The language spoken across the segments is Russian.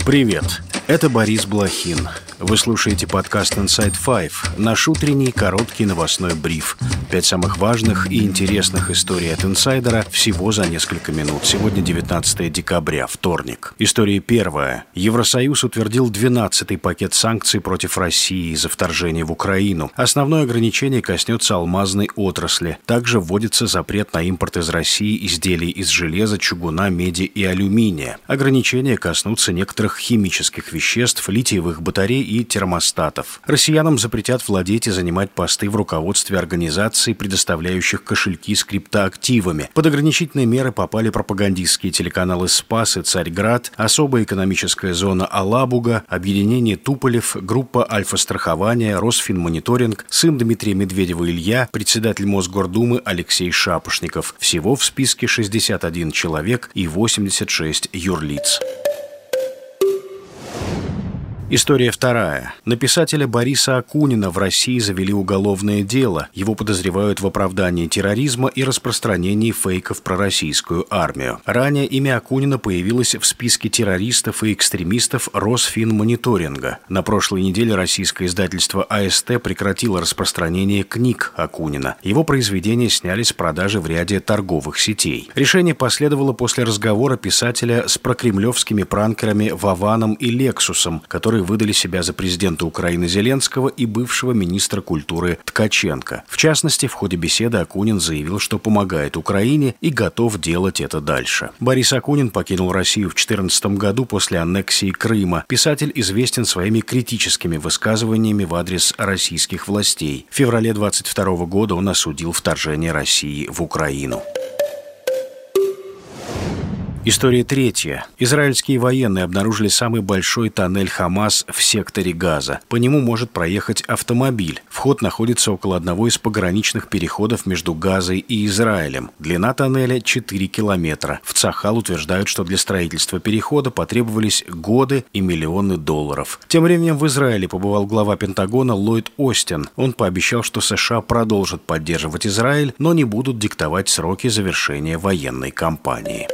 Привет, это Борис Блохин. Вы слушаете подкаст Inside Five, наш утренний короткий новостной бриф. 5 самых важных и интересных историй от инсайдера всего за несколько минут. Сегодня 19 декабря, вторник. История первая. Евросоюз утвердил 12-й пакет санкций против России из-за вторжения в Украину. Основное ограничение коснется алмазной отрасли. Также вводится запрет на импорт из России изделий из железа, чугуна, меди и алюминия. Ограничения коснутся некоторых химических веществ, литиевых батарей и термостатов. Россиянам запретят владеть и занимать посты в руководстве организаций, предоставляющих кошельки с криптоактивами. Под ограничительные меры попали пропагандистские телеканалы «Спас» и «Царьград», особая экономическая зона «Алабуга», объединение «Туполев», группа «Альфа-страхование», «Росфинмониторинг», сын Дмитрия Медведева Илья, председатель Мосгордумы Алексей Шапошников. Всего в списке 61 человек и 86 юрлиц. История вторая. На писателя Бориса Акунина в России завели уголовное дело. Его подозревают в оправдании терроризма и распространении фейков про российскую армию. Ранее имя Акунина появилось в списке террористов и экстремистов Росфинмониторинга. На прошлой неделе российское издательство АСТ прекратило распространение книг Акунина. Его произведения сняли с продажи в ряде торговых сетей. Решение последовало после разговора писателя с прокремлевскими пранкерами Вованом и Лексусом, которые выдали себя за президента Украины Зеленского и бывшего министра культуры Ткаченко. В частности, в ходе беседы Акунин заявил, что помогает Украине и готов делать это дальше. Борис Акунин покинул Россию в 2014 году после аннексии Крыма. Писатель известен своими критическими высказываниями в адрес российских властей. В феврале 2022 года он осудил вторжение России в Украину. История третья. Израильские военные обнаружили самый большой тоннель Хамас в секторе Газа. По нему может проехать автомобиль. Вход находится около одного из пограничных переходов между Газой и Израилем. Длина тоннеля 4 километра. В Цахал утверждают, что для строительства перехода потребовались годы и миллионы долларов. Тем временем в Израиле побывал глава Пентагона Ллойд Остин. Он пообещал, что США продолжат поддерживать Израиль, но не будут диктовать сроки завершения военной кампании.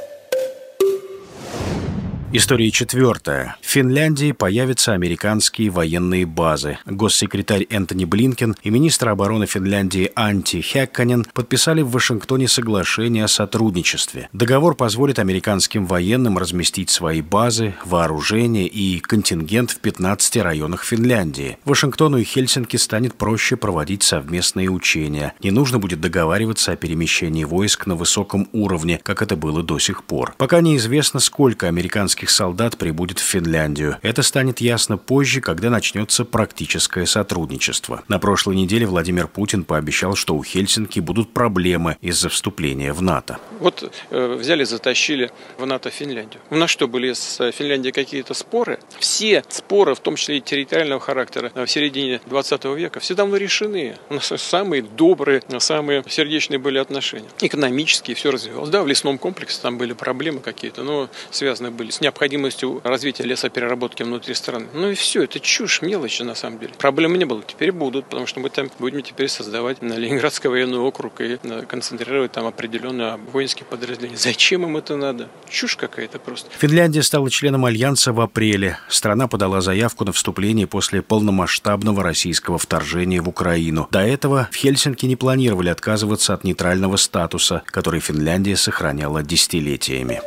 История четвертая. В Финляндии появятся американские военные базы. Госсекретарь Энтони Блинкен и министр обороны Финляндии Анtti Häkkänen подписали в Вашингтоне соглашение о сотрудничестве. Договор позволит американским военным разместить свои базы, вооружение и контингент в 15 районах Финляндии. Вашингтону и Хельсинки станет проще проводить совместные учения. Не нужно будет договариваться о перемещении войск на высоком уровне, как это было до сих пор. Пока неизвестно, сколько американских солдат прибудет в Финляндию. Это станет ясно позже, когда начнется практическое сотрудничество. На прошлой неделе Владимир Путин пообещал, что у Хельсинки будут проблемы из-за вступления в НАТО. Вот взяли, затащили в НАТО Финляндию. У нас что, были с Финляндией какие-то споры? Все споры, в том числе и территориального характера, в середине 20 века, все давно решены. У нас самые добрые, самые сердечные были отношения. Экономические, все развивалось. Да, в лесном комплексе там были проблемы какие-то, но связаны были с необходимостью развития лесопереработки внутри страны. Ну и все, это чушь, мелочи на самом деле. Проблем не было, теперь будут, потому что мы там будем теперь создавать на Ленинградский военный округ и концентрировать там определенные воинские подразделения. Зачем им это надо? Чушь какая-то просто. Финляндия стала членом Альянса в апреле. Страна подала заявку на вступление после полномасштабного российского вторжения в Украину. До этого в Хельсинки не планировали отказываться от нейтрального статуса, который Финляндия сохраняла десятилетиями.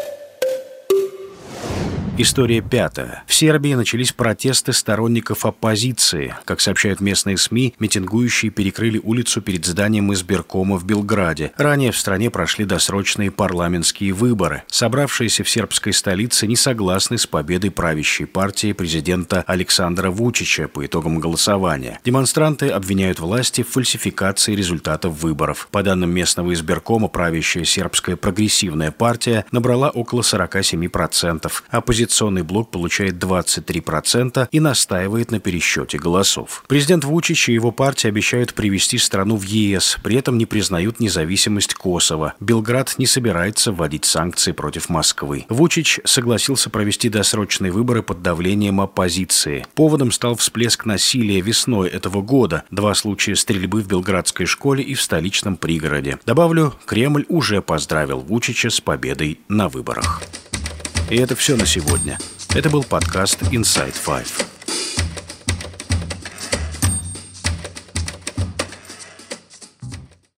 История пятая. В Сербии начались протесты сторонников оппозиции. Как сообщают местные СМИ, митингующие перекрыли улицу перед зданием избиркома в Белграде. Ранее в стране прошли досрочные парламентские выборы. Собравшиеся в сербской столице не согласны с победой правящей партии президента Александра Вучича по итогам голосования. Демонстранты обвиняют власти в фальсификации результатов выборов. По данным местного избиркома, правящая сербская прогрессивная партия набрала около 47%. Оппозиционный блок получает 23% и настаивает на пересчете голосов. Президент Вучич и его партия обещают привести страну в ЕС, при этом не признают независимость Косово. Белград не собирается вводить санкции против Москвы. Вучич согласился провести досрочные выборы под давлением оппозиции. Поводом стал всплеск насилия весной этого года. 2 случая стрельбы в белградской школе и в столичном пригороде. Добавлю, Кремль уже поздравил Вучича с победой на выборах. И это все на сегодня. Это был подкаст Inside Five.